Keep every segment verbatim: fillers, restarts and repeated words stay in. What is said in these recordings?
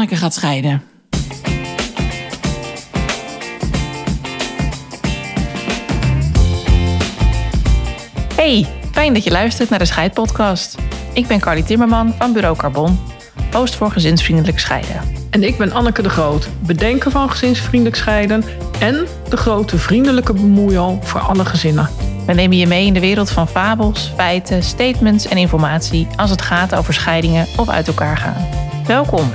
Anneke gaat scheiden. Hey, fijn dat je luistert naar de Scheidpodcast. Ik ben Carly Timmerman van Bureau Carbon, host voor Gezinsvriendelijk Scheiden. En ik ben Anneke de Groot, bedenker van Gezinsvriendelijk Scheiden en de grote vriendelijke bemoeial voor alle gezinnen. We nemen je mee in de wereld van fabels, feiten, statements en informatie als het gaat over scheidingen of uit elkaar gaan. Welkom!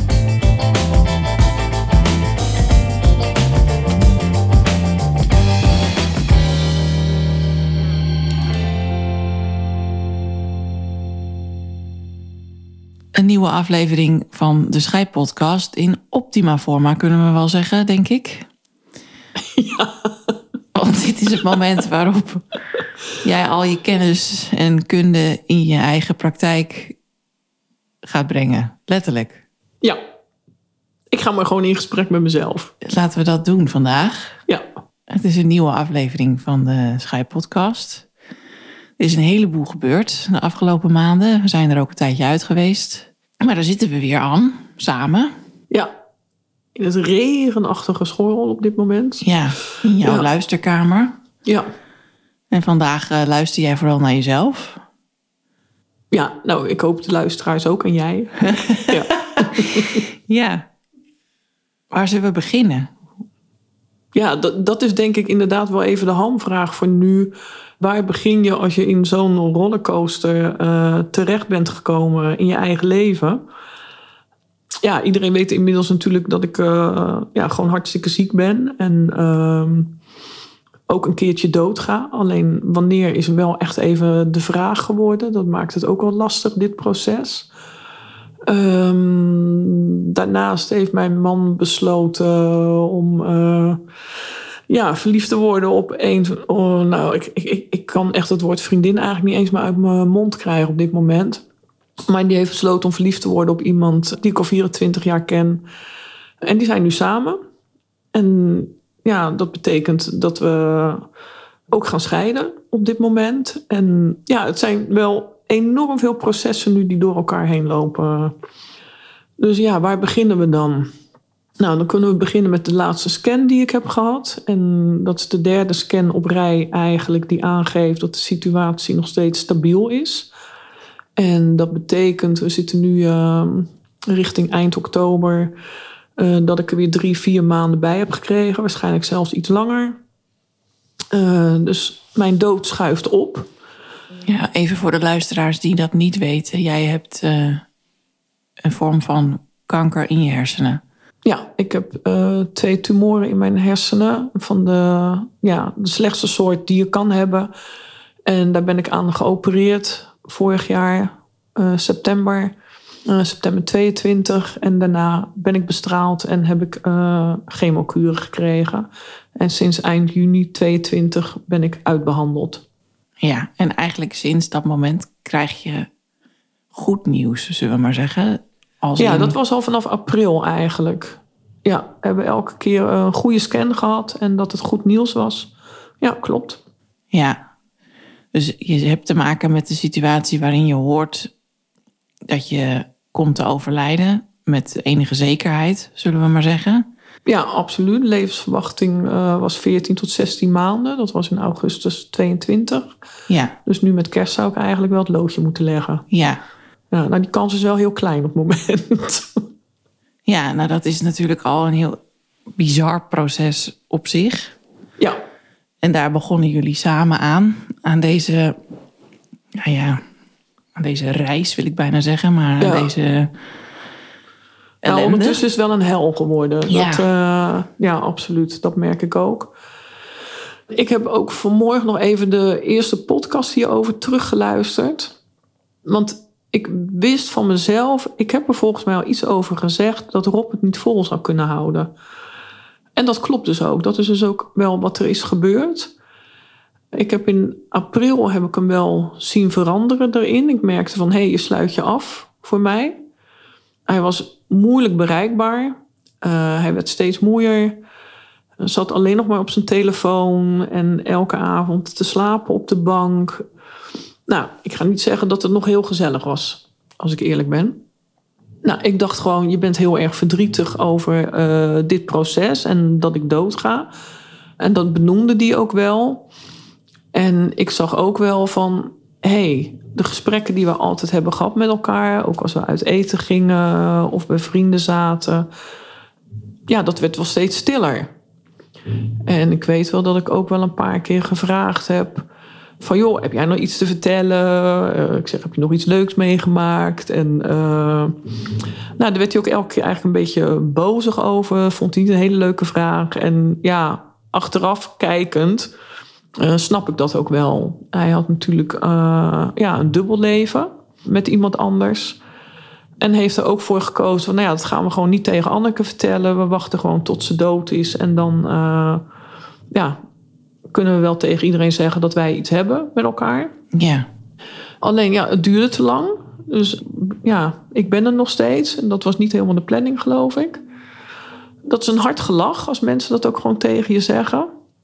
Een nieuwe aflevering van de Scheidpodcast in optima forma, kunnen we wel zeggen, denk ik. Ja. Want dit is het moment waarop jij al je kennis en kunde in je eigen praktijk gaat brengen. Letterlijk. Ja. Ik ga maar gewoon in gesprek met mezelf. Laten we dat doen vandaag. Ja. Het is een nieuwe aflevering van de Scheidpodcast. Er is een heleboel gebeurd de afgelopen maanden. We zijn er ook een tijdje uit geweest. Maar daar zitten we weer aan, samen. Ja. In het regenachtige school op dit moment. Ja, in jouw Ja. luisterkamer. Ja. En vandaag uh, luister jij vooral naar jezelf. Ja, nou, ik hoop de luisteraars ook en jij. Ja. Ja. Waar zullen we beginnen? Ja, dat, dat is denk ik inderdaad wel even de hamvraag voor nu. Waar begin je als je in zo'n rollercoaster uh, terecht bent gekomen in je eigen leven? Ja, iedereen weet inmiddels natuurlijk dat ik uh, ja, gewoon hartstikke ziek ben. En uh, ook een keertje doodga. Alleen wanneer is wel echt even de vraag geworden. Dat maakt het ook wel lastig, dit proces. Um, daarnaast heeft mijn man besloten om uh, ja, verliefd te worden op een... Oh, nou, ik, ik, ik kan echt het woord vriendin eigenlijk niet eens meer uit mijn mond krijgen op dit moment. Maar die heeft besloten om verliefd te worden op iemand die ik al vierentwintig jaar ken. En die zijn nu samen. En ja, dat betekent dat we ook gaan scheiden op dit moment. En ja, het zijn wel enorm veel processen nu die door elkaar heen lopen. Dus ja, waar beginnen we dan? Nou, dan kunnen we beginnen met de laatste scan die ik heb gehad. En dat is de derde scan op rij eigenlijk die aangeeft dat de situatie nog steeds stabiel is. En dat betekent, we zitten nu uh, richting eind oktober, uh, dat ik er weer drie, vier maanden bij heb gekregen. Waarschijnlijk zelfs iets langer. Uh, dus mijn dood schuift op. Ja, even voor de luisteraars die dat niet weten. Jij hebt uh, een vorm van kanker in je hersenen. Ja, ik heb uh, twee tumoren in mijn hersenen. Van de, ja, de slechtste soort die je kan hebben. En daar ben ik aan geopereerd vorig jaar, uh, september. Uh, september tweeëntwintig. En daarna ben ik bestraald en heb ik uh, chemokuren gekregen. En sinds eind juni tweeëntwintig ben ik uitbehandeld. Ja, en eigenlijk sinds dat moment krijg je goed nieuws, zullen we maar zeggen. Als ja, in... dat was al vanaf april eigenlijk. Ja, we hebben elke keer een goede scan gehad en dat het goed nieuws was. Ja, klopt. Ja, dus je hebt te maken met de situatie waarin je hoort dat je komt te overlijden met enige zekerheid, zullen we maar zeggen. Ja, absoluut. Levensverwachting uh, was veertien tot zestien maanden. Dat was in augustus tweeëntwintig. Ja. Dus nu met kerst zou ik eigenlijk wel het loodje moeten leggen. Ja. Ja, nou, die kans is wel heel klein op het moment. Ja, nou dat is natuurlijk al een heel bizar proces op zich. Ja. En daar begonnen jullie samen aan, aan deze, nou ja, aan deze reis wil ik bijna zeggen, maar ja. aan deze nou, ondertussen is het wel een hel geworden. Ja. Dat, uh, ja, absoluut. Dat merk ik ook. Ik heb ook vanmorgen nog even de eerste podcast hierover teruggeluisterd. Want ik wist van mezelf, ik heb er volgens mij al iets over gezegd, dat Rob het niet vol zou kunnen houden. En dat klopt dus ook. Dat is dus ook wel wat er is gebeurd. Ik heb in april heb ik hem wel zien veranderen erin. Ik merkte van, hé, hey, je sluit je af voor mij. Hij was moeilijk bereikbaar. Uh, hij werd steeds moeier. Zat alleen nog maar op zijn telefoon en elke avond te slapen op de bank. Nou, ik ga niet zeggen dat het nog heel gezellig was, als ik eerlijk ben. Nou, ik dacht gewoon, je bent heel erg verdrietig over uh, dit proces en dat ik doodga. En dat benoemde die ook wel. En ik zag ook wel van, hé, hey, de gesprekken die we altijd hebben gehad met elkaar, ook als we uit eten gingen of bij vrienden zaten, ja, dat werd wel steeds stiller. En ik weet wel dat ik ook wel een paar keer gevraagd heb van, joh, heb jij nog iets te vertellen? Uh, ik zeg, heb je nog iets leuks meegemaakt? En uh, nou, daar werd hij ook elke keer eigenlijk een beetje bozig over. Vond hij niet een hele leuke vraag. En ja, achteraf kijkend uh, snap ik dat ook wel. Hij had natuurlijk uh, ja, een dubbel leven met iemand anders. En heeft er ook voor gekozen van, nou ja, dat gaan we gewoon niet tegen Anneke vertellen. We wachten gewoon tot ze dood is. En dan, uh, ja, kunnen we wel tegen iedereen zeggen dat wij iets hebben met elkaar. Ja. Alleen, ja, het duurde te lang. Dus ja, ik ben er nog steeds. En dat was niet helemaal de planning, geloof ik. Dat is een hard gelach als mensen dat ook gewoon tegen je zeggen.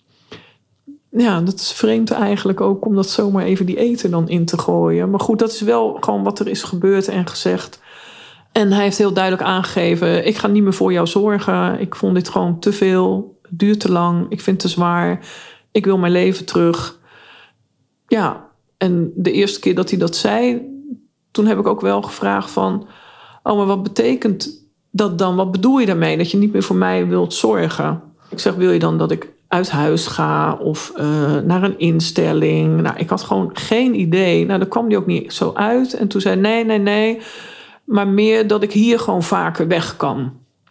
Ja, dat is vreemd eigenlijk ook om dat zomaar even die eten dan in te gooien. Maar goed, dat is wel gewoon wat er is gebeurd en gezegd. En hij heeft heel duidelijk aangegeven, ik ga niet meer voor jou zorgen. Ik vond dit gewoon te veel. Het duurt te lang. Ik vind het te zwaar. Ik wil mijn leven terug. Ja, en de eerste keer dat hij dat zei, toen heb ik ook wel gevraagd van, oh, maar wat betekent dat dan? Wat bedoel je daarmee? Dat je niet meer voor mij wilt zorgen? Ik zeg, wil je dan dat ik uit huis ga of uh, naar een instelling? Nou, ik had gewoon geen idee. Nou, daar kwam die ook niet zo uit. En toen zei nee, nee, nee. Maar meer dat ik hier gewoon vaker weg kan.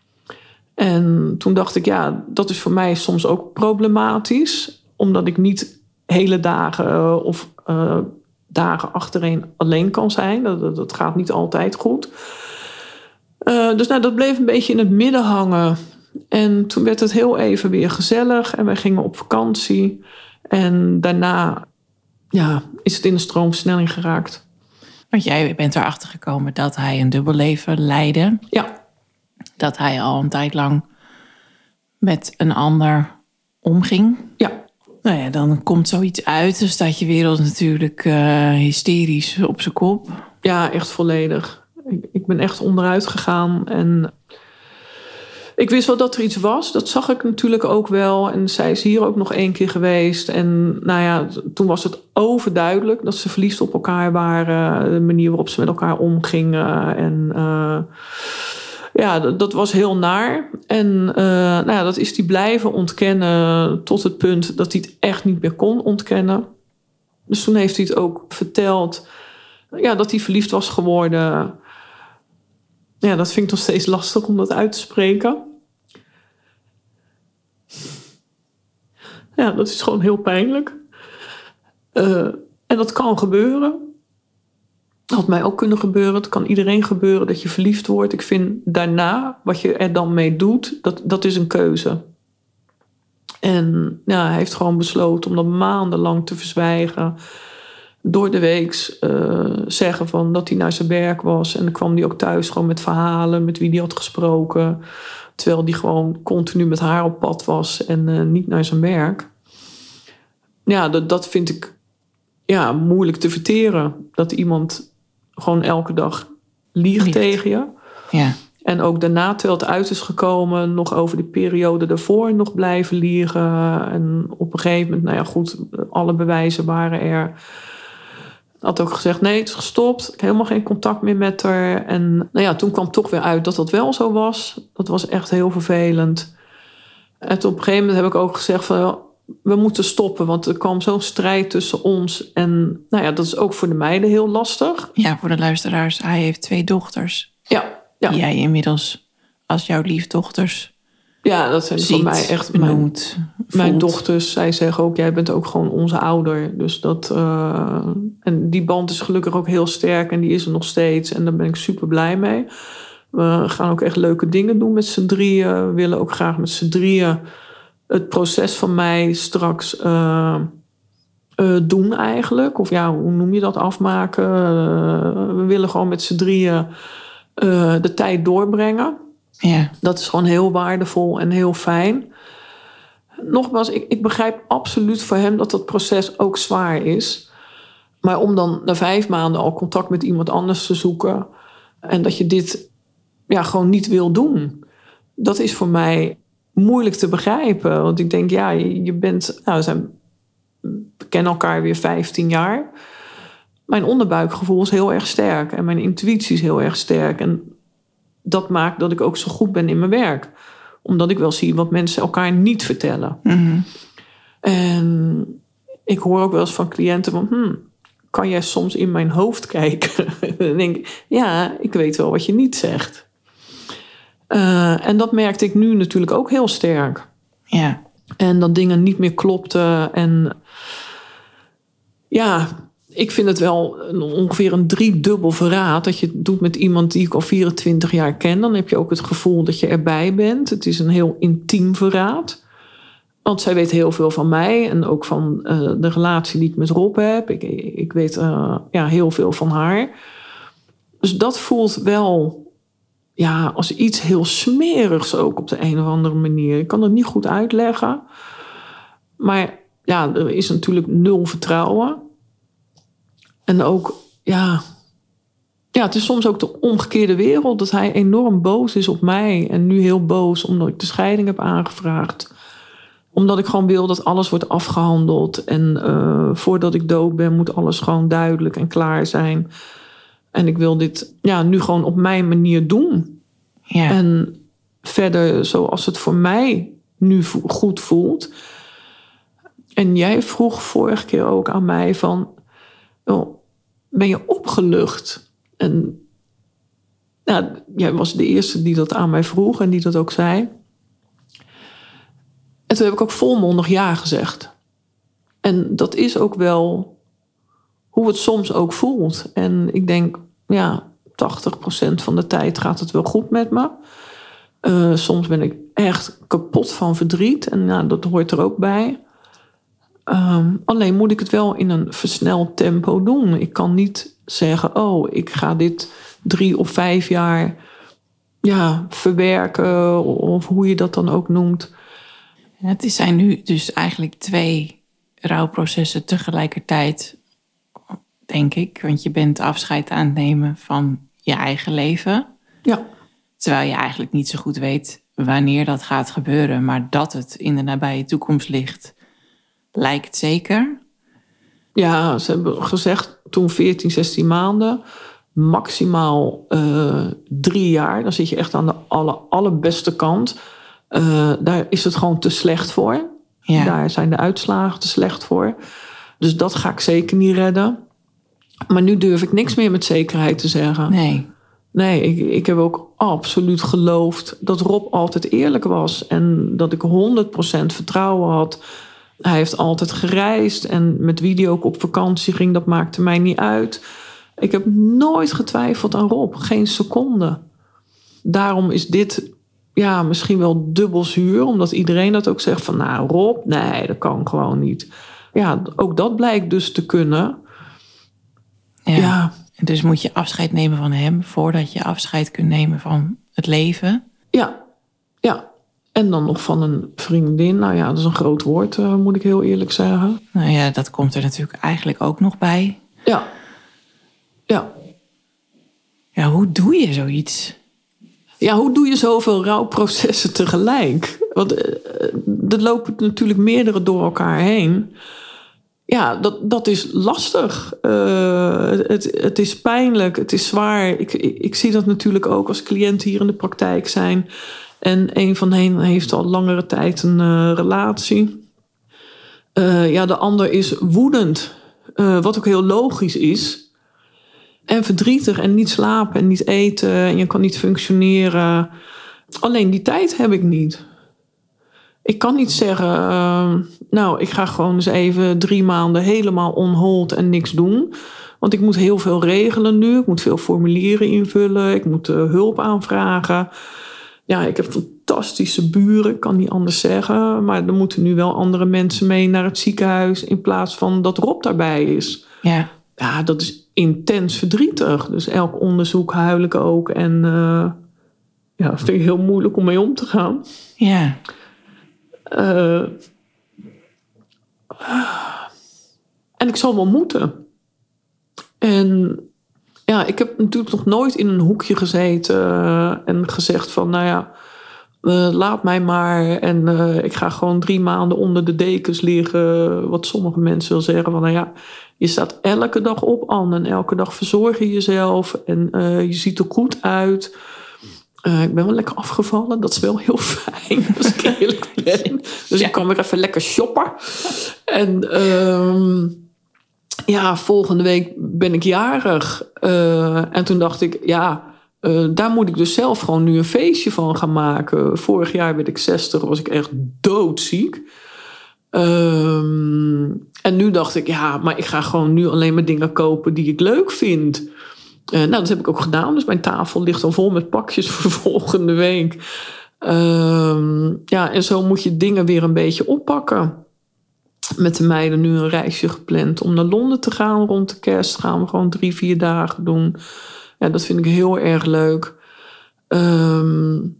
En toen dacht ik, ja, dat is voor mij soms ook problematisch. Omdat ik niet hele dagen uh, of uh, dagen achtereen alleen kan zijn. Dat, dat, dat gaat niet altijd goed. Uh, dus nou, dat bleef een beetje in het midden hangen. En toen werd het heel even weer gezellig. En wij gingen op vakantie. En daarna ja, is het in de stroomversnelling geraakt. Want jij bent erachter gekomen dat hij een dubbelleven leidde. Ja. Dat hij al een tijd lang met een ander omging. Ja. Nou ja, dan komt zoiets uit. Dan staat je wereld natuurlijk uh, hysterisch op zijn kop. Ja, echt volledig. Ik, ik ben echt onderuit gegaan. En ik wist wel dat er iets was. Dat zag ik natuurlijk ook wel. En zij is hier ook nog één keer geweest. En nou ja, toen was het overduidelijk dat ze verliefd op elkaar waren. De manier waarop ze met elkaar omgingen. En uh, ja, dat, dat was heel naar. En uh, nou ja, dat is hij blijven ontkennen tot het punt dat hij het echt niet meer kon ontkennen. Dus toen heeft hij het ook verteld, ja, dat hij verliefd was geworden. Ja, dat vind ik nog steeds lastig om dat uit te spreken. Ja, dat is gewoon heel pijnlijk. Uh, en dat kan gebeuren. Had mij ook kunnen gebeuren. Het kan iedereen gebeuren dat je verliefd wordt. Ik vind daarna, wat je er dan mee doet, dat, dat is een keuze. En ja, hij heeft gewoon besloten om dat maandenlang te verzwijgen. Door de week uh, zeggen van dat hij naar zijn werk was. En dan kwam hij ook thuis gewoon met verhalen, met wie hij had gesproken. Terwijl hij gewoon continu met haar op pad was en uh, niet naar zijn werk. Ja, dat, dat vind ik ja, moeilijk te verteren. Dat iemand gewoon elke dag liegt, liegt. tegen je. Ja. En ook daarna, terwijl het uit is gekomen, nog over die periode daarvoor nog blijven liegen. En op een gegeven moment, nou ja goed, alle bewijzen waren er. Had ook gezegd, nee, het is gestopt. Ik heb helemaal geen contact meer met haar. En nou ja, toen kwam toch weer uit dat dat wel zo was. Dat was echt heel vervelend. En toen op een gegeven moment heb ik ook gezegd van, we moeten stoppen, want er kwam zo'n strijd tussen ons. En nou ja, dat is ook voor de meiden heel lastig. Ja, voor de luisteraars. Hij heeft twee dochters. Ja. ja. Die jij inmiddels als jouw liefdochters Ja, dat zijn voor mij echt benoemd, mijn, mijn dochters. Zij zeggen ook, jij bent ook gewoon onze ouder. Dus dat, uh, en die band is gelukkig ook heel sterk en die is er nog steeds. En daar ben ik super blij mee. We gaan ook echt leuke dingen doen met z'n drieën. We willen ook graag met z'n drieën het proces van mij straks uh, uh, doen eigenlijk. Of ja, hoe noem je dat, afmaken? Uh, we willen gewoon met z'n drieën uh, de tijd doorbrengen. Ja. Dat is gewoon heel waardevol en heel fijn. Nogmaals, ik, ik begrijp absoluut voor hem dat dat proces ook zwaar is. Maar om dan na vijf maanden al contact met iemand anders te zoeken en dat je dit ja, gewoon niet wil doen. Dat is voor mij moeilijk te begrijpen. Want ik denk, ja, je, je bent... Nou, we, zijn, we kennen elkaar weer vijftien jaar. Mijn onderbuikgevoel is heel erg sterk. En mijn intuïtie is heel erg sterk. En dat maakt dat ik ook zo goed ben in mijn werk. Omdat ik wel zie wat mensen elkaar niet vertellen. Mm-hmm. En ik hoor ook wel eens van cliënten van... Hmm, kan jij soms in mijn hoofd kijken? Dan denk ik, ja, ik weet wel wat je niet zegt. Uh, en dat merkte ik nu natuurlijk ook heel sterk. Ja. En dat dingen niet meer klopten. En ja, ik vind het wel een, ongeveer een driedubbel verraad. Dat je het doet met iemand die ik al vierentwintig jaar ken. Dan heb je ook het gevoel dat je erbij bent. Het is een heel intiem verraad. Want zij weet heel veel van mij. En ook van uh, de relatie die ik met Rob heb. Ik, ik weet uh, ja, heel veel van haar. Dus dat voelt wel... Ja, als iets heel smerigs ook op de een of andere manier. Ik kan het niet goed uitleggen. Maar ja, er is natuurlijk nul vertrouwen. En ook, ja... Ja, het is soms ook de omgekeerde wereld. Dat hij enorm boos is op mij. En nu heel boos omdat ik de scheiding heb aangevraagd. Omdat ik gewoon wil dat alles wordt afgehandeld. En uh, voordat ik dood ben moet alles gewoon duidelijk en klaar zijn. En ik wil dit ja, nu gewoon op mijn manier doen. Ja. En verder zoals het voor mij nu goed voelt. En jij vroeg vorige keer ook aan mij van... Oh, ben je opgelucht? En nou, jij was de eerste die dat aan mij vroeg en die dat ook zei. En toen heb ik ook volmondig ja gezegd. En dat is ook wel hoe het soms ook voelt. En ik denk, ja... tachtig procent van de tijd gaat het wel goed met me. Uh, soms ben ik echt kapot van verdriet. En nou, dat hoort er ook bij. Um, alleen moet ik het wel in een versneld tempo doen. Ik kan niet zeggen... oh, ik ga dit drie of vijf jaar ja, verwerken. Of hoe je dat dan ook noemt. Het zijn nu dus eigenlijk twee rouwprocessen tegelijkertijd... denk ik. Want je bent afscheid aan het nemen van je eigen leven. Ja. Terwijl je eigenlijk niet zo goed weet wanneer dat gaat gebeuren. Maar dat het in de nabije toekomst ligt, lijkt zeker. Ja, ze hebben gezegd toen veertien, zestien maanden. Maximaal uh, drie jaar. Dan zit je echt aan de alle, allerbeste kant. Uh, daar is het gewoon te slecht voor. Ja. Daar zijn de uitslagen te slecht voor. Dus dat ga ik zeker niet redden. Maar nu durf ik niks meer met zekerheid te zeggen. Nee. Nee, ik, ik heb ook absoluut geloofd dat Rob altijd eerlijk was. En dat ik honderd procent vertrouwen had. Hij heeft altijd gereisd. En met wie die ook op vakantie ging, dat maakte mij niet uit. Ik heb nooit getwijfeld aan Rob. Geen seconde. Daarom is dit ja, misschien wel dubbel zuur. Omdat iedereen dat ook zegt van... nou, Rob, nee, dat kan gewoon niet. Ja, ook dat blijkt dus te kunnen... Ja. Ja. Dus moet je afscheid nemen van hem voordat je afscheid kunt nemen van het leven. Ja, ja. En dan nog van een vriendin. Nou ja, dat is een groot woord, uh, moet ik heel eerlijk zeggen. Nou ja, dat komt er natuurlijk eigenlijk ook nog bij. Ja. Ja. Ja, hoe doe je zoiets? Ja, hoe doe je zoveel rouwprocessen tegelijk? Want uh, er lopen natuurlijk meerdere door elkaar heen. Ja, dat, dat is lastig. Uh, het, het is pijnlijk, het is zwaar. Ik, ik, ik zie dat natuurlijk ook als cliënten hier in de praktijk zijn. En een van hen heeft al langere tijd een uh, relatie. Uh, ja, de ander is woedend. Uh, wat ook heel logisch is. En verdrietig en niet slapen en niet eten. En je kan niet functioneren. Alleen die tijd heb ik niet. Ik kan niet zeggen, uh, nou, ik ga gewoon eens even drie maanden helemaal on hold en niks doen. Want ik moet heel veel regelen nu. Ik moet veel formulieren invullen. Ik moet uh, hulp aanvragen. Ja, ik heb fantastische buren, ik kan niet anders zeggen. Maar er moeten nu wel andere mensen mee naar het ziekenhuis... in plaats van dat Rob daarbij is. Ja. Ja, dat is intens verdrietig. Dus elk onderzoek huil ik ook. En uh, ja, dat vind ik heel moeilijk om mee om te gaan. Ja. Uh, en ik zal wel moeten. En Ja, ik heb natuurlijk nog nooit in een hoekje gezeten uh, en gezegd van, nou ja, uh, laat mij maar. En uh, ik ga gewoon drie maanden onder de dekens liggen. Wat sommige mensen wil zeggen van, nou ja, je staat elke dag op, Anne. En elke dag verzorg je jezelf. En uh, je ziet er goed uit. Uh, ik ben wel lekker afgevallen. Dat is wel heel fijn, als ik eerlijk ben. Dus ja. Ik kan weer even lekker shoppen. En um, ja, volgende week ben ik jarig. Uh, en toen dacht ik, ja, uh, daar moet ik dus zelf gewoon nu een feestje van gaan maken. Vorig jaar werd ik zestig, was ik echt doodziek. Um, en nu dacht ik, ja, maar ik ga gewoon nu alleen maar dingen kopen die ik leuk vind. Uh, nou, dat heb ik ook gedaan. Dus mijn tafel ligt al vol met pakjes voor volgende week. Um, ja, en zo moet je dingen weer een beetje oppakken. Met de meiden nu een reisje gepland om naar Londen te gaan rond de kerst. Gaan we gewoon drie, vier dagen doen. Ja, dat vind ik heel erg leuk. Um,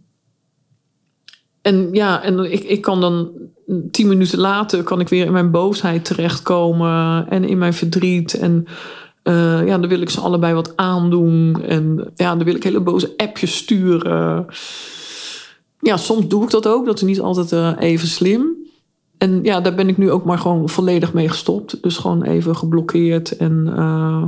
en ja, en ik, ik kan dan tien minuten later kan ik weer in mijn boosheid terechtkomen. En in mijn verdriet. En uh, ja, dan wil ik ze allebei wat aandoen. En ja, dan wil ik hele boze appjes sturen. Ja, soms doe ik dat ook. Dat is niet altijd uh, even slim. En ja, daar ben ik nu ook maar gewoon volledig mee gestopt. Dus gewoon even geblokkeerd. En uh,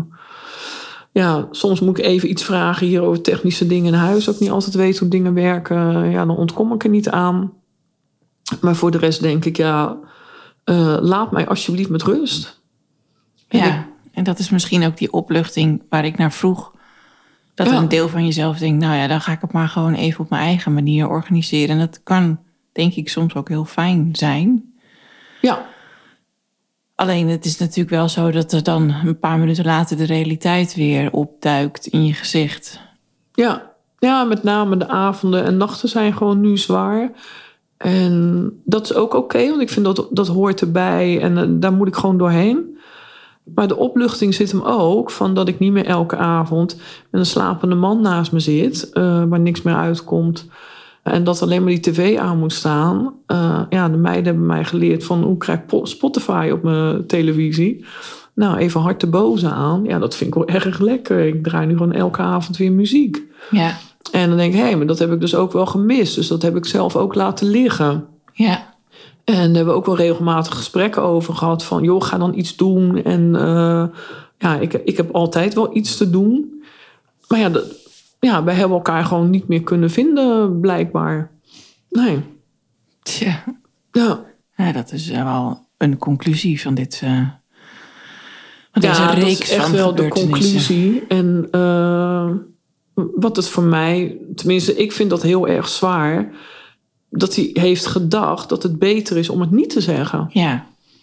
ja, soms moet ik even iets vragen hier over technische dingen in huis. Ook niet altijd weet hoe dingen werken. Ja, dan ontkom ik er niet aan. Maar voor de rest denk ik, ja, uh, laat mij alsjeblieft met rust. Ja, en, ik, en dat is misschien ook die opluchting waar ik naar vroeg. Dat ja. Een deel van jezelf denkt, nou ja, dan ga ik het maar gewoon even op mijn eigen manier organiseren. En dat kan, denk ik, soms ook heel fijn zijn. Ja. Alleen het is natuurlijk wel zo dat er dan een paar minuten later de realiteit weer opduikt in je gezicht. Ja, ja, met name de avonden en nachten zijn gewoon nu zwaar. En dat is ook oké, okay, want ik vind dat dat hoort erbij en uh, daar moet ik gewoon doorheen. Maar de opluchting zit hem ook van dat ik niet meer elke avond met een slapende man naast me zit, uh, waar niks meer uitkomt. En dat alleen maar die tv aan moet staan. Uh, ja, de meiden hebben mij geleerd van hoe krijg ik Spotify op mijn televisie. Nou, even hard de boze aan. Ja, dat vind ik wel erg lekker. Ik draai nu gewoon elke avond weer muziek. Ja. En dan denk ik, hé, hey, maar dat heb ik dus ook wel gemist. Dus dat heb ik zelf ook laten liggen. Ja. En daar hebben we ook wel regelmatig gesprekken over gehad. Van, joh, ga dan iets doen. En uh, ja, ik, ik heb altijd wel iets te doen. Maar ja, dat, ja, wij hebben elkaar gewoon niet meer kunnen vinden, blijkbaar. Nee. Tja. Ja. Ja, dat is wel een conclusie van dit... Uh, van deze ja, reeks dat is echt van wel de conclusie. En uh, wat het voor mij... Tenminste, ik vind dat heel erg zwaar... dat hij heeft gedacht dat het beter is om het niet te zeggen. Ja.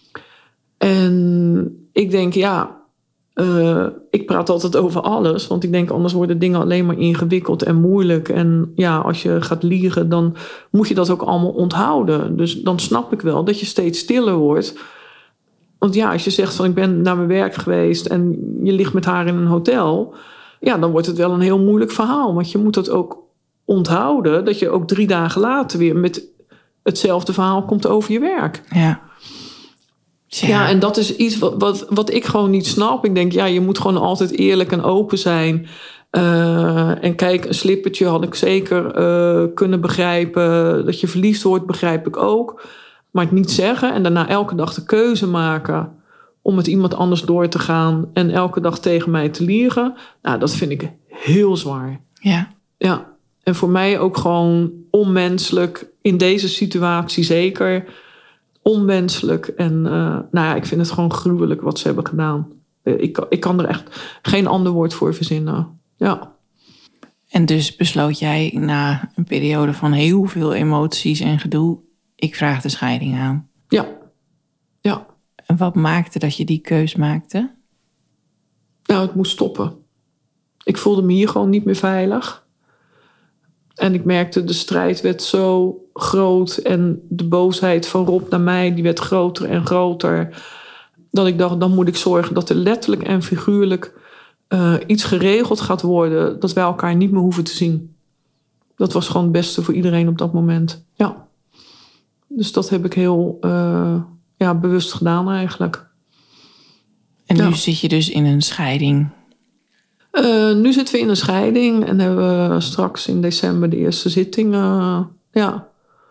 En ik denk, ja... Uh, ik praat altijd over alles. Want ik denk, anders worden dingen alleen maar ingewikkeld en moeilijk. En ja, als je gaat liegen, dan moet je dat ook allemaal onthouden. Dus dan snap ik wel dat je steeds stiller wordt. Want ja, als je zegt van ik ben naar mijn werk geweest... en je ligt met haar in een hotel... ja, dan wordt het wel een heel moeilijk verhaal. Want je moet dat ook onthouden... dat je ook drie dagen later weer met hetzelfde verhaal komt over je werk. Ja. Ja, ja, en dat is iets wat, wat, wat ik gewoon niet snap. Ik denk, ja, je moet gewoon altijd eerlijk en open zijn. Uh, en kijk, een slippertje had ik zeker uh, kunnen begrijpen. Dat je verliefd wordt, begrijp ik ook. Maar het niet zeggen en daarna elke dag de keuze maken... om met iemand anders door te gaan... en elke dag tegen mij te liegen... nou, dat vind ik heel zwaar. Ja. Ja, en voor mij ook gewoon onmenselijk... in deze situatie zeker... onmenselijk. En uh, nou ja, ik vind het gewoon gruwelijk wat ze hebben gedaan. Ik, ik kan er echt geen ander woord voor verzinnen. Ja. En dus besloot jij na een periode van heel veel emoties en gedoe... ik vraag de scheiding aan. Ja. Ja. En wat maakte dat je die keus maakte? Nou, het moest stoppen. Ik voelde me hier gewoon niet meer veilig. En ik merkte, de strijd werd zo groot. En de boosheid van Rob naar mij, die werd groter en groter. Dat ik dacht, dan moet ik zorgen dat er letterlijk en figuurlijk uh, iets geregeld gaat worden. Dat wij elkaar niet meer hoeven te zien. Dat was gewoon het beste voor iedereen op dat moment. Ja. Dus dat heb ik heel uh, ja, bewust gedaan eigenlijk. En nu ja. zit je dus in een scheiding. Uh, nu zitten we in een scheiding en hebben we straks in december de eerste zitting. Uh, ja.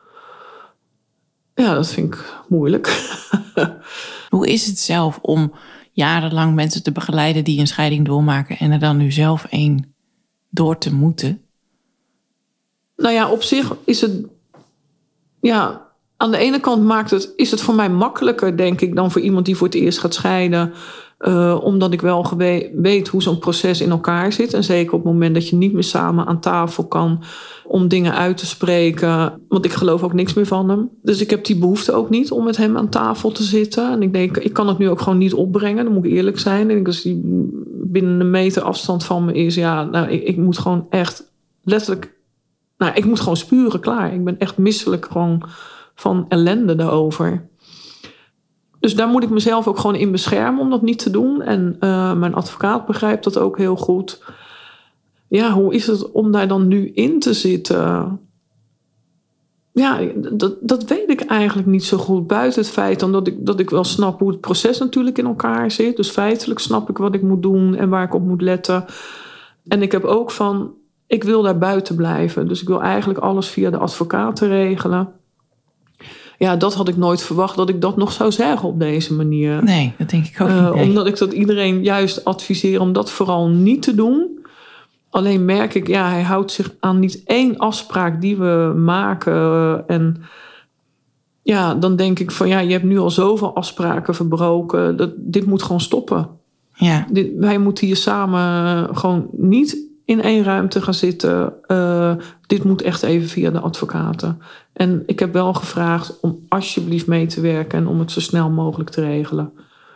ja, dat vind ik moeilijk. Hoe is het zelf om jarenlang mensen te begeleiden die een scheiding doormaken en er dan nu zelf één door te moeten? Nou ja, op zich is het... Ja, aan de ene kant maakt het, is het voor mij makkelijker, denk ik, dan voor iemand die voor het eerst gaat scheiden. Uh, omdat ik wel gewe- weet hoe zo'n proces in elkaar zit. En zeker op het moment dat je niet meer samen aan tafel kan om dingen uit te spreken. Want ik geloof ook niks meer van hem. Dus ik heb die behoefte ook niet om met hem aan tafel te zitten. En ik denk, ik kan het nu ook gewoon niet opbrengen. Dan moet ik eerlijk zijn. En als hij binnen een meter afstand van me is, ja, nou, ik, ik moet gewoon echt letterlijk... Nou, ik moet gewoon spuren, klaar. Ik ben echt misselijk gewoon van ellende daarover. Dus daar moet ik mezelf ook gewoon in beschermen om dat niet te doen. En uh, mijn advocaat begrijpt dat ook heel goed. Ja, hoe is het om daar dan nu in te zitten? Ja, dat, dat weet ik eigenlijk niet zo goed. Buiten het feit dan dat ik, dat ik wel snap hoe het proces natuurlijk in elkaar zit. Dus feitelijk snap ik wat ik moet doen en waar ik op moet letten. En ik heb ook van, ik wil daar buiten blijven. Dus ik wil eigenlijk alles via de advocaten regelen. Ja, dat had ik nooit verwacht dat ik dat nog zou zeggen op deze manier. Nee, dat denk ik ook uh, niet. Nee. Omdat ik dat iedereen juist adviseer om dat vooral niet te doen. Alleen merk ik, ja, hij houdt zich aan niet één afspraak die we maken. En ja, dan denk ik van, ja, je hebt nu al zoveel afspraken verbroken. Dat, dit moet gewoon stoppen. Ja. Dit, wij moeten hier samen gewoon niet in één ruimte gaan zitten. Uh, dit moet echt even via de advocaten. En ik heb wel gevraagd om alsjeblieft mee te werken en om het zo snel mogelijk te regelen.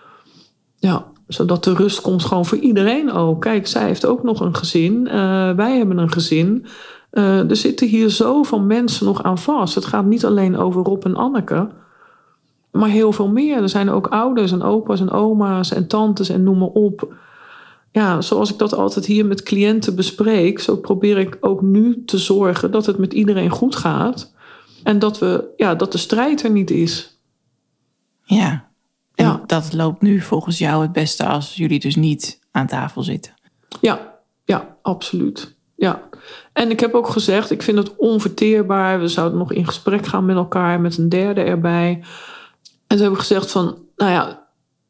Ja, zodat de rust komt gewoon voor iedereen ook. Kijk, zij heeft ook nog een gezin. Uh, wij hebben een gezin. Uh, er zitten hier zoveel mensen nog aan vast. Het gaat niet alleen over Rob en Anneke, maar heel veel meer. Er zijn ook ouders en opa's en oma's en tantes en noem maar op. Ja, zoals ik dat altijd hier met cliënten bespreek, zo probeer ik ook nu te zorgen dat het met iedereen goed gaat. En dat, we, ja, dat de strijd er niet is. Ja, en ja. dat loopt nu volgens jou het beste als jullie dus niet aan tafel zitten. Ja, ja, absoluut. Ja. En ik heb ook gezegd, ik vind het onverteerbaar. We zouden nog in gesprek gaan met elkaar, met een derde erbij. En toen heb ik gezegd van, nou ja,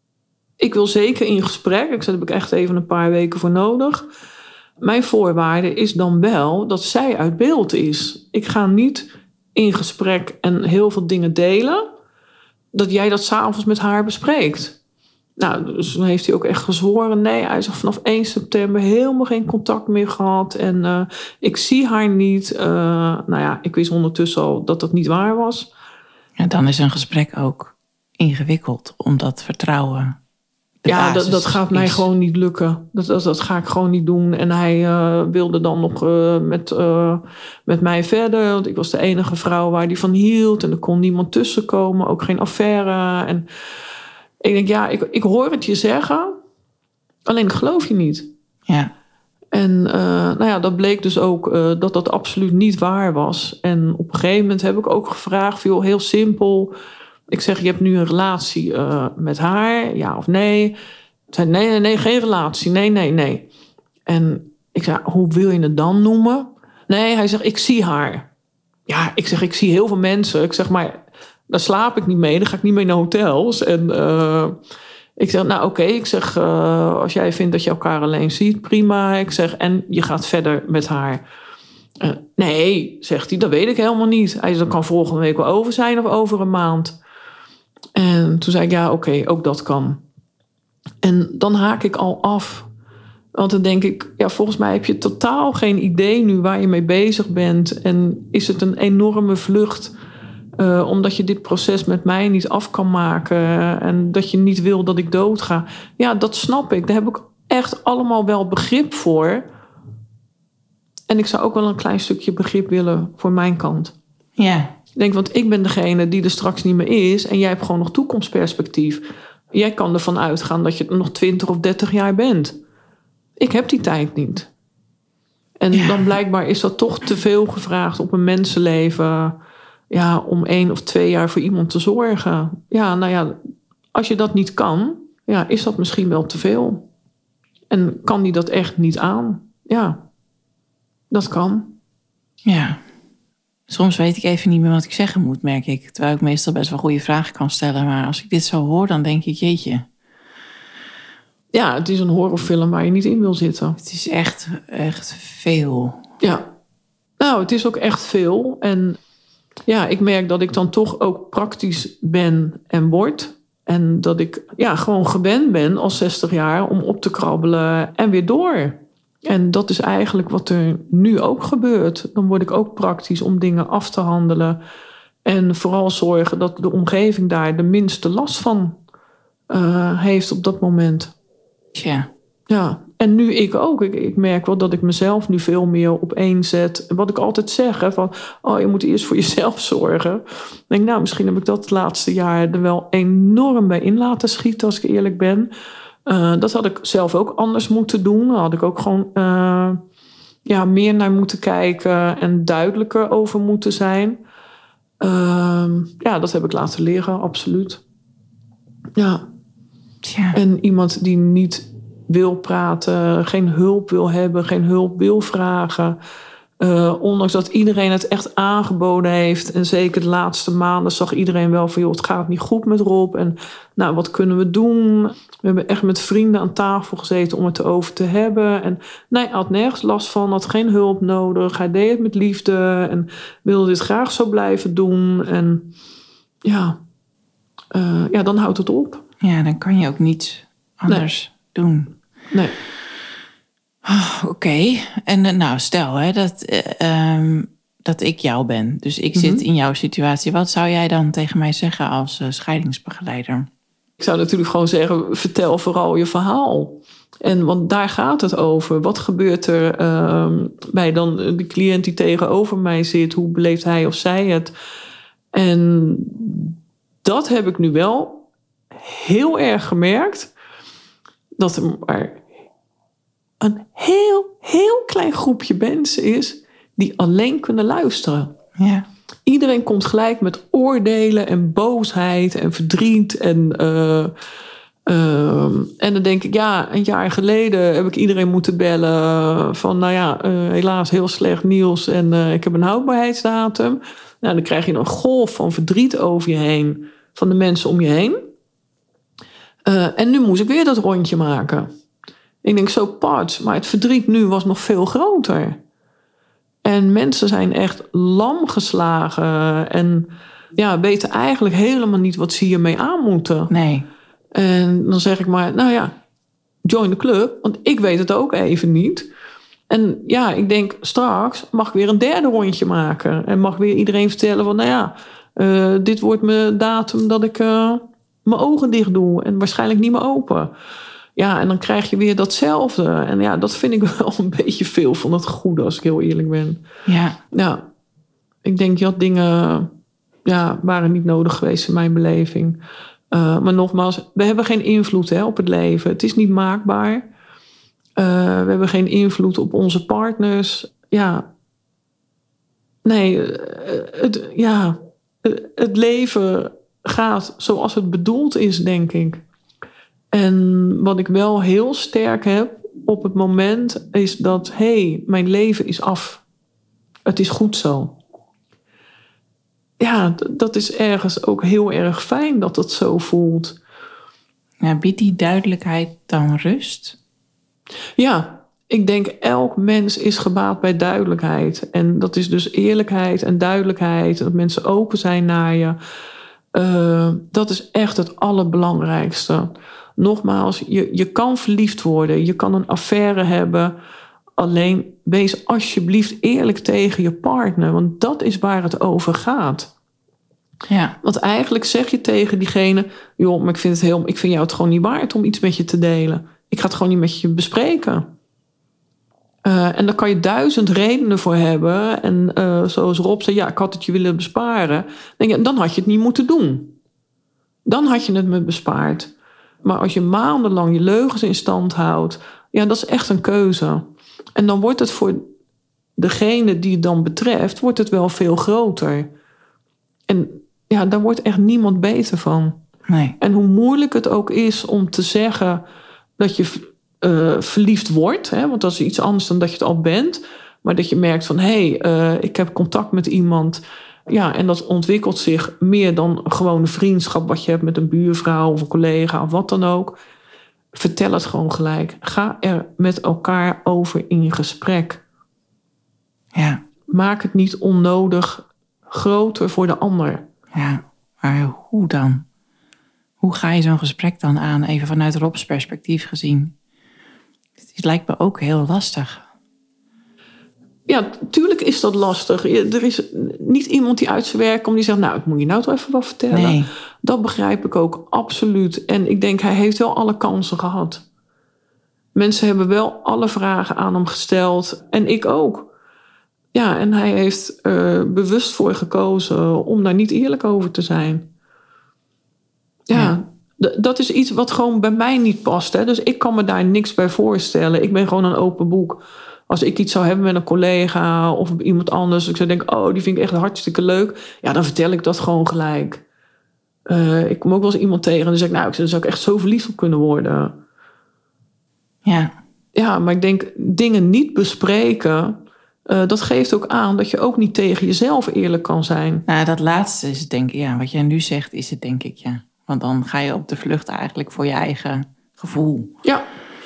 ik wil zeker in gesprek. Ik zei, daar heb ik echt even een paar weken voor nodig. Mijn voorwaarde is dan wel dat zij uit beeld is. Ik ga niet in gesprek en heel veel dingen delen, dat jij dat 's avonds met haar bespreekt. Nou, dus dan heeft hij ook echt gezworen. Nee, hij zegt vanaf één september helemaal geen contact meer gehad. En uh, ik zie haar niet. Uh, nou ja, ik wist ondertussen al dat dat niet waar was. Ja, dan is een gesprek ook ingewikkeld, omdat vertrouwen... Ja, dat, dat gaat mij gewoon niet lukken. Dat, dat, dat ga ik gewoon niet doen. En hij uh, wilde dan nog uh, met, uh, met mij verder. Want ik was de enige vrouw waar hij van hield. En er kon niemand tussenkomen. Ook geen affaire. En ik denk, ja, ik, ik hoor het je zeggen. Alleen ik geloof je niet. Ja. En uh, nou ja, dat bleek dus ook uh, dat dat absoluut niet waar was. En op een gegeven moment heb ik ook gevraagd, joh, heel simpel. Ik zeg, je hebt nu een relatie uh, met haar, ja of nee? Ze zei, nee, nee, nee, geen relatie. Nee, nee, nee. En ik zei, hoe wil je het dan noemen? Nee, hij zegt, ik zie haar. Ja, ik zeg, ik zie heel veel mensen. Ik zeg, maar daar slaap ik niet mee. Dan ga ik niet mee naar hotels. En uh, ik zeg, nou oké. Okay. Ik zeg, uh, als jij vindt dat je elkaar alleen ziet, prima. Ik zeg, en je gaat verder met haar. Uh, nee, zegt hij, dat weet ik helemaal niet. Hij zegt, dat kan volgende week wel over zijn of over een maand. En toen zei ik, ja, oké, okay, ook dat kan. En dan haak ik al af. Want dan denk ik, ja, volgens mij heb je totaal geen idee nu waar je mee bezig bent. En is het een enorme vlucht, uh, omdat je dit proces met mij niet af kan maken. En dat je niet wil dat ik doodga. Ja, dat snap ik. Daar heb ik echt allemaal wel begrip voor. En ik zou ook wel een klein stukje begrip willen voor mijn kant. Ja. Ik denk, want ik ben degene die er straks niet meer is. En jij hebt gewoon nog toekomstperspectief. Jij kan ervan uitgaan dat je nog twintig of dertig jaar bent. Ik heb die tijd niet. En ja. Dan blijkbaar is dat toch te veel gevraagd op een mensenleven. Ja, om één of twee jaar voor iemand te zorgen. Ja, nou ja, als je dat niet kan, ja, is dat misschien wel te veel. En kan die dat echt niet aan? Ja, dat kan. Ja. Soms weet ik even niet meer wat ik zeggen moet, merk ik. Terwijl ik meestal best wel goede vragen kan stellen. Maar als ik dit zo hoor, dan denk ik, jeetje. Ja, het is een horrorfilm waar je niet in wil zitten. Het is echt, echt veel. Ja. Nou, het is ook echt veel. En ja, ik merk dat ik dan toch ook praktisch ben en word. En dat ik ja, gewoon gewend ben als zestig jaar om op te krabbelen en weer door. En dat is eigenlijk wat er nu ook gebeurt. Dan word ik ook praktisch om dingen af te handelen. En vooral zorgen dat de omgeving daar de minste last van uh, heeft op dat moment. Ja. Ja, en nu ik ook. Ik, ik merk wel dat ik mezelf nu veel meer op één zet. Wat ik altijd zeg, hè, van, oh, je moet eerst voor jezelf zorgen. Ik denk, nou, misschien heb ik dat het laatste jaar er wel enorm bij in laten schieten, als ik eerlijk ben. Uh, dat had ik zelf ook anders moeten doen. Daar had ik ook gewoon uh, ja, meer naar moeten kijken en duidelijker over moeten zijn. Uh, ja, dat heb ik laten leren, absoluut. Ja. Tja. En iemand die niet wil praten, geen hulp wil hebben, geen hulp wil vragen. Uh, ondanks dat iedereen het echt aangeboden heeft. En zeker de laatste maanden zag iedereen wel van, joh, het gaat niet goed met Rob. En nou, wat kunnen we doen? We hebben echt met vrienden aan tafel gezeten om het erover te hebben. En nee, hij had nergens last van, had geen hulp nodig. Hij deed het met liefde en wilde dit graag zo blijven doen. En ja, uh, ja dan houdt het op. Ja, dan kan je ook niets anders nee. doen. Nee. Oh, Oké, okay. En uh, nou, stel hè, dat, uh, um, dat ik jou ben. Dus ik mm-hmm. zit in jouw situatie. Wat zou jij dan tegen mij zeggen als uh, scheidingsbegeleider? Ik zou natuurlijk gewoon zeggen, vertel vooral je verhaal. En want daar gaat het over. Wat gebeurt er uh, bij dan de cliënt die tegenover mij zit? Hoe beleeft hij of zij het? En dat heb ik nu wel heel erg gemerkt. Dat er maar een heel, heel klein groepje mensen is die alleen kunnen luisteren. Ja. Iedereen komt gelijk met oordelen en boosheid en verdriet. En, uh, uh, en dan denk ik, ja, een jaar geleden heb ik iedereen moeten bellen van, nou ja, uh, helaas heel slecht nieuws en uh, ik heb een houdbaarheidsdatum. Nou, dan krijg je een golf van verdriet over je heen, van de mensen om je heen. Uh, en nu moest ik weer dat rondje maken. Ik denk zo part, maar het verdriet nu was nog veel groter. En mensen zijn echt lam geslagen en ja, weten eigenlijk helemaal niet wat ze hiermee aan moeten. Nee. En dan zeg ik maar, nou ja, join the club, want ik weet het ook even niet. En ja, ik denk straks mag ik weer een derde rondje maken en mag weer iedereen vertellen van, nou ja, uh, dit wordt mijn datum dat ik uh, mijn ogen dicht doe en waarschijnlijk niet meer open. Ja, en dan krijg je weer datzelfde. En ja, dat vind ik wel een beetje veel van het goede, als ik heel eerlijk ben. Ja. Ja, ik denk dat dingen ja, waren niet nodig geweest in mijn beleving. Uh, maar nogmaals, we hebben geen invloed hè, op het leven. Het is niet maakbaar. Uh, we hebben geen invloed op onze partners. Ja, nee, het, ja, het leven gaat zoals het bedoeld is, denk ik. En wat ik wel heel sterk heb op het moment is dat, hé, hey, mijn leven is af. Het is goed zo. Ja, dat is ergens ook heel erg fijn dat het zo voelt. Ja, biedt die duidelijkheid dan rust? Ja, ik denk elk mens is gebaat bij duidelijkheid. En dat is dus eerlijkheid en duidelijkheid. Dat mensen open zijn naar je. Uh, dat is echt het allerbelangrijkste. Nogmaals, je, je kan verliefd worden. Je kan een affaire hebben. Alleen wees alsjeblieft eerlijk tegen je partner. Want dat is waar het over gaat. Ja. Want eigenlijk zeg je tegen diegene, joh, maar ik vind, het heel, ik vind jou het gewoon niet waard om iets met je te delen. Ik ga het gewoon niet met je bespreken. Uh, en daar kan je duizend redenen voor hebben. En uh, zoals Rob zei, ja, ik had het je willen besparen. Denk je, dan had je het niet moeten doen. Dan had je het me bespaard. Maar als je maandenlang je leugens in stand houdt, ja, dat is echt een keuze. En dan wordt het voor degene die het dan betreft, wordt het wel veel groter. En ja, daar wordt echt niemand beter van. Nee. En hoe moeilijk het ook is om te zeggen dat je uh, verliefd wordt. Hè, want dat is iets anders dan dat je het al bent. Maar dat je merkt van, hé, hey, uh, ik heb contact met iemand. Ja, en dat ontwikkelt zich meer dan gewoon een vriendschap wat je hebt met een buurvrouw of een collega of wat dan ook. Vertel het gewoon gelijk. Ga er met elkaar over in gesprek. Ja. Maak het niet onnodig groter voor de ander. Ja, maar hoe dan? Hoe ga je zo'n gesprek dan aan, even vanuit Rob's perspectief gezien? Het lijkt me ook heel lastig. Ja, natuurlijk is dat lastig. Er is niet iemand die uit zijn werk komt die zegt, nou, ik moet je nou toch even wat vertellen. Nee. Dat begrijp ik ook, absoluut. En ik denk, hij heeft wel alle kansen gehad. Mensen hebben wel alle vragen aan hem gesteld. En ik ook. Ja, en hij heeft er bewust voor gekozen om daar niet eerlijk over te zijn. Ja, ja. D- dat is iets wat gewoon bij mij niet past. Hè? Dus ik kan me daar niks bij voorstellen. Ik ben gewoon een open boek. Als ik iets zou hebben met een collega of iemand anders. Ik zou denken, oh, die vind ik echt hartstikke leuk. Ja, dan vertel ik dat gewoon gelijk. Uh, ik kom ook wel eens iemand tegen en dan zeg ik, nou, daar zou ik echt zo verliefd op kunnen worden. Ja. Ja, maar ik denk, dingen niet bespreken, uh, dat geeft ook aan dat je ook niet tegen jezelf eerlijk kan zijn. Nou, dat laatste is het denk ik, ja. Wat jij nu zegt is het denk ik, ja. Want dan ga je op de vlucht eigenlijk voor je eigen gevoel. Ja.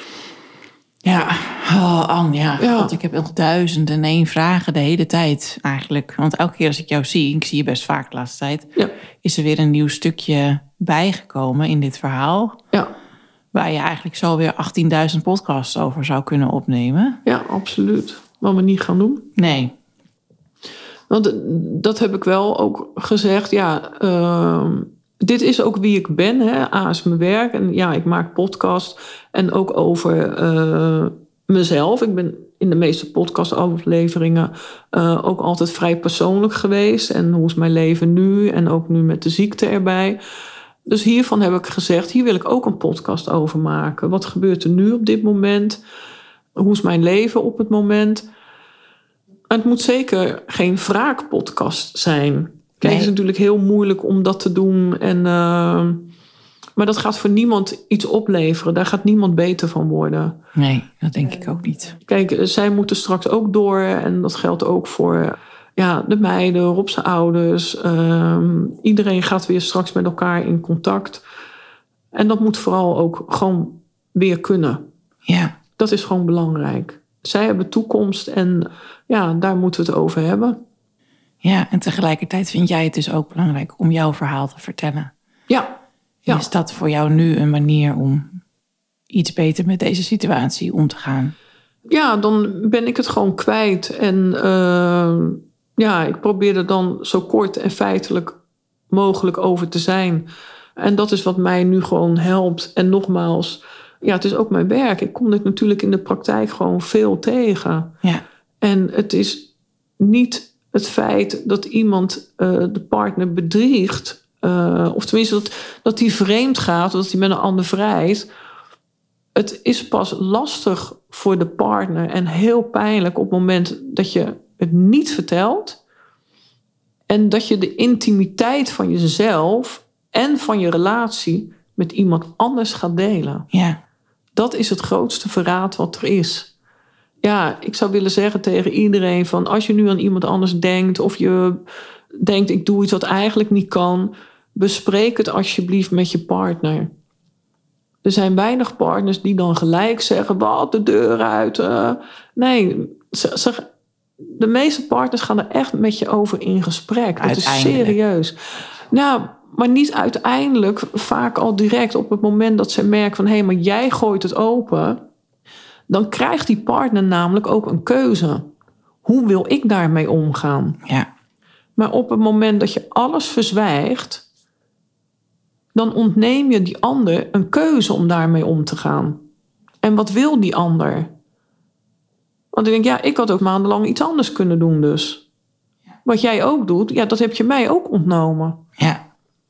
Ja, oh, Anne, ja. ja. Want ik heb nog duizend en één vragen de hele tijd eigenlijk. Want elke keer als ik jou zie, ik zie je best vaak de laatste tijd, ja. is er weer een nieuw stukje bijgekomen in dit verhaal. Ja. Waar je eigenlijk zo weer achttienduizend podcasts over zou kunnen opnemen. Ja, absoluut. Wat we niet gaan doen. Nee. Want dat heb ik wel ook gezegd. Ja, uh, dit is ook wie ik ben. Hè. A is mijn werk. En ja, ik maak podcast. En ook over uh, mezelf. Ik ben in de meeste podcastafleveringen uh, ook altijd vrij persoonlijk geweest. En hoe is mijn leven nu? En ook nu met de ziekte erbij. Dus hiervan heb ik gezegd, hier wil ik ook een podcast over maken. Wat gebeurt er nu op dit moment? Hoe is mijn leven op het moment? En het moet zeker geen wraakpodcast zijn. Kijk, nee. Het is natuurlijk heel moeilijk om dat te doen. En, uh, maar dat gaat voor niemand iets opleveren. Daar gaat niemand beter van worden. Nee, dat denk ik ook niet. Kijk, zij moeten straks ook door. En dat geldt ook voor ja, de meiden, Rob's ouders. Uh, iedereen gaat weer straks met elkaar in contact. En dat moet vooral ook gewoon weer kunnen. Ja. Dat is gewoon belangrijk. Zij hebben toekomst en ja, daar moeten we het over hebben. Ja, en tegelijkertijd vind jij het dus ook belangrijk om jouw verhaal te vertellen. Ja. ja. Is dat voor jou nu een manier om iets beter met deze situatie om te gaan? Ja, dan ben ik het gewoon kwijt. En uh, ja, ik probeer er dan zo kort en feitelijk mogelijk over te zijn. En dat is wat mij nu gewoon helpt. En nogmaals, ja, het is ook mijn werk. Ik kom dit natuurlijk in de praktijk gewoon veel tegen. Ja. En het is niet het feit dat iemand uh, de partner bedriegt. Uh, of tenminste dat, dat die vreemd gaat. Of dat hij met een ander vrijt. Het is pas lastig voor de partner. En heel pijnlijk op het moment dat je het niet vertelt. En dat je de intimiteit van jezelf en van je relatie met iemand anders gaat delen. Ja. Dat is het grootste verraad wat er is. Ja, ik zou willen zeggen tegen iedereen van als je nu aan iemand anders denkt of je denkt ik doe iets wat eigenlijk niet kan, bespreek het alsjeblieft met je partner. Er zijn weinig partners die dan gelijk zeggen wat de deur uit. Uh, nee, ze, ze, de meeste partners gaan er echt met je over in gesprek. Dat is serieus. Nou, maar niet uiteindelijk, vaak al direct op het moment dat ze merken van hé, hey, maar jij gooit het open. Dan krijgt die partner namelijk ook een keuze. Hoe wil ik daarmee omgaan? Ja. Maar op het moment dat je alles verzwijgt, dan ontneem je die ander een keuze om daarmee om te gaan. En wat wil die ander? Want ik denk, ja, ik had ook maandenlang iets anders kunnen doen dus. Wat jij ook doet, ja, dat heb je mij ook ontnomen. Ja.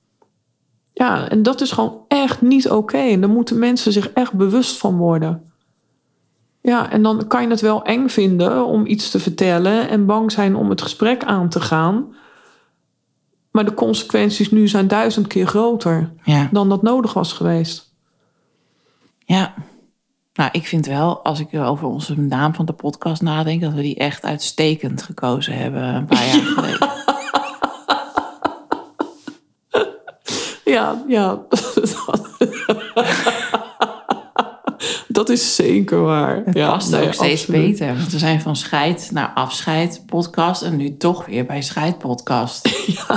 Ja, en dat is gewoon echt niet oké. Okay. En daar moeten mensen zich echt bewust van worden. Ja, en dan kan je het wel eng vinden om iets te vertellen en bang zijn om het gesprek aan te gaan. Maar de consequenties nu zijn duizend keer groter ja. dan dat nodig was geweest. Ja. Nou, ik vind wel, als ik over onze naam van de podcast nadenk, dat we die echt uitstekend gekozen hebben een paar jaar ja. geleden. Ja, ja. Dat is zeker waar. Het ja, past nee, ook steeds absoluut. beter. Want we zijn van scheid naar afscheid podcast en nu toch weer bij scheid podcast. Ja.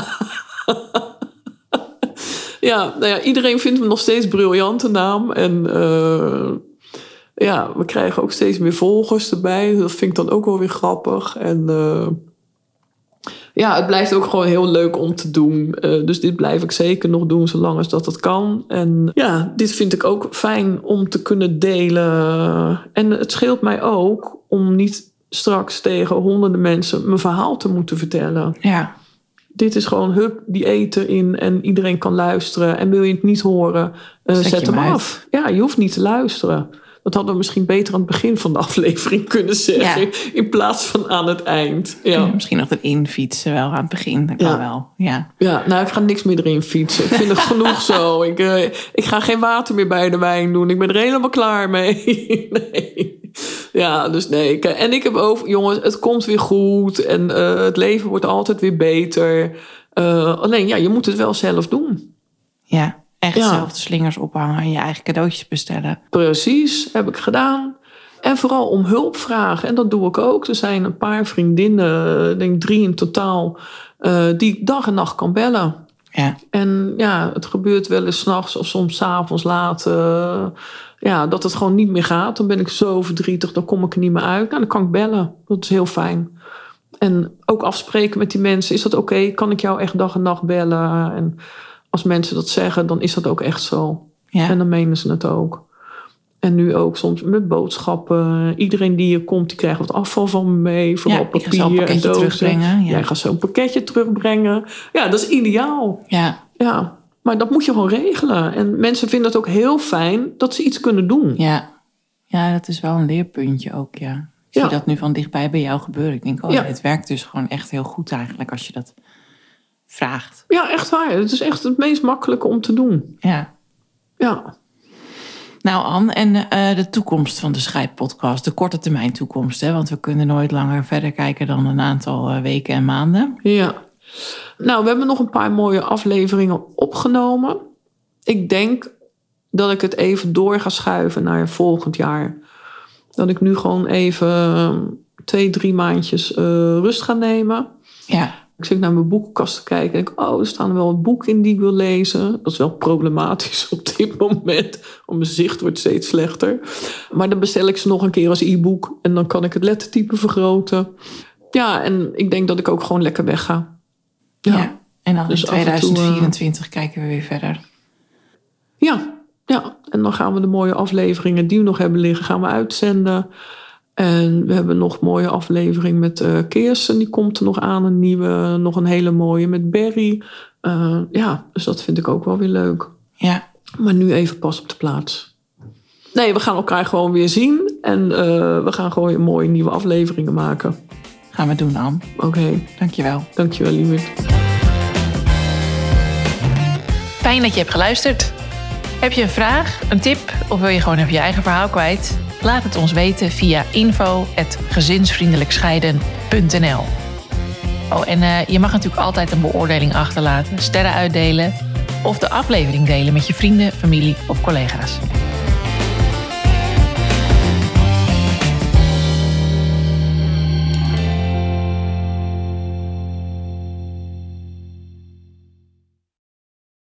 Ja, nou ja, iedereen vindt hem nog steeds briljante naam. En uh, ja, we krijgen ook steeds meer volgers erbij. Dat vind ik dan ook wel weer grappig. En uh, ja, het blijft ook gewoon heel leuk om te doen. Uh, dus dit blijf ik zeker nog doen, zolang als dat het kan. En ja, dit vind ik ook fijn om te kunnen delen. En het scheelt mij ook om niet straks tegen honderden mensen mijn verhaal te moeten vertellen. Ja. Dit is gewoon, hup, die eten in en iedereen kan luisteren. En wil je het niet horen, uh, zet, zet hem uit. af. Ja, je hoeft niet te luisteren. Dat hadden we misschien beter aan het begin van de aflevering kunnen zeggen. Ja. In plaats van aan het eind. Ja. Ja, misschien nog erin fietsen wel aan het begin. Dat kan ja. wel, ja. Ja, nou, ik ga niks meer erin fietsen. Ik vind het genoeg zo. Ik, uh, ik ga geen water meer bij de wijn doen. Ik ben er helemaal klaar mee. Nee. Ja, dus nee. En ik heb ook, jongens, het komt weer goed. En uh, het leven wordt altijd weer beter. Uh, alleen, ja, je moet het wel zelf doen. Ja, echt ja. zelf de slingers ophangen en je eigen cadeautjes bestellen. Precies, heb ik gedaan. En vooral om hulp vragen. En dat doe ik ook. Er zijn een paar vriendinnen, ik denk drie in totaal, uh, die ik dag en nacht kan bellen. Ja. En ja, het gebeurt wel eens 's nachts of soms 's avonds laat. Uh, ja, dat het gewoon niet meer gaat. Dan ben ik zo verdrietig, dan kom ik er niet meer uit. Nou, dan kan ik bellen. Dat is heel fijn. En ook afspreken met die mensen. Is dat oké? Okay? Kan ik jou echt dag en nacht bellen? En als mensen dat zeggen, dan is dat ook echt zo. Ja. En dan menen ze het ook. En nu ook soms met boodschappen. Iedereen die hier komt, die krijgt wat afval van me mee. Vooral ja, papier en dozen. Terugbrengen, ja. Jij gaat zo'n pakketje terugbrengen. Ja, dat is ideaal. Ja. Ja, maar dat moet je gewoon regelen. En mensen vinden het ook heel fijn dat ze iets kunnen doen. Ja, ja dat is wel een leerpuntje ook, ja. Ik ja. zie dat nu van dichtbij bij jou gebeuren. Ik denk, oh, ja. het werkt dus gewoon echt heel goed eigenlijk als je dat vraagt. Ja, echt waar. Het is echt het meest makkelijke om te doen. Ja. Ja. Nou, Ann, en uh, de toekomst van de Scheid-podcast, de korte termijn toekomst, hè? Want we kunnen nooit langer verder kijken dan een aantal uh, weken en maanden. Ja. Nou, we hebben nog een paar mooie afleveringen opgenomen. Ik denk dat ik het even door ga schuiven naar volgend jaar. Dat ik nu gewoon even twee, drie maandjes uh, rust ga nemen. Ja. Ik zit naar mijn boekenkast te kijken en denk, oh, er staan wel wat boeken in die ik wil lezen. Dat is wel problematisch op dit moment, want mijn zicht wordt steeds slechter. Maar dan bestel ik ze nog een keer als e-book en dan kan ik het lettertype vergroten. Ja, en ik denk dat ik ook gewoon lekker wegga. Ja, ja. En dan dus in tweeduizend vierentwintig toe, uh... kijken we weer verder. Ja, ja, en dan gaan we de mooie afleveringen die we nog hebben liggen, gaan we uitzenden. En we hebben nog een mooie aflevering met uh, Kirsten. Die komt er nog aan, een nieuwe. Nog een hele mooie met Berry. Uh, ja, dus dat vind ik ook wel weer leuk. Ja. Maar nu even pas op de plaats. Nee, we gaan elkaar gewoon weer zien. En uh, we gaan gewoon weer mooie nieuwe afleveringen maken. Gaan we doen, Ann. Oké. Okay. Dankjewel. Dankjewel, lieverd. Fijn dat je hebt geluisterd. Heb je een vraag, een tip of wil je gewoon even je eigen verhaal kwijt? Laat het ons weten via info at gezinsvriendelijkscheiden punt n l. Oh, en uh, je mag natuurlijk altijd een beoordeling achterlaten, sterren uitdelen of de aflevering delen met je vrienden, familie of collega's.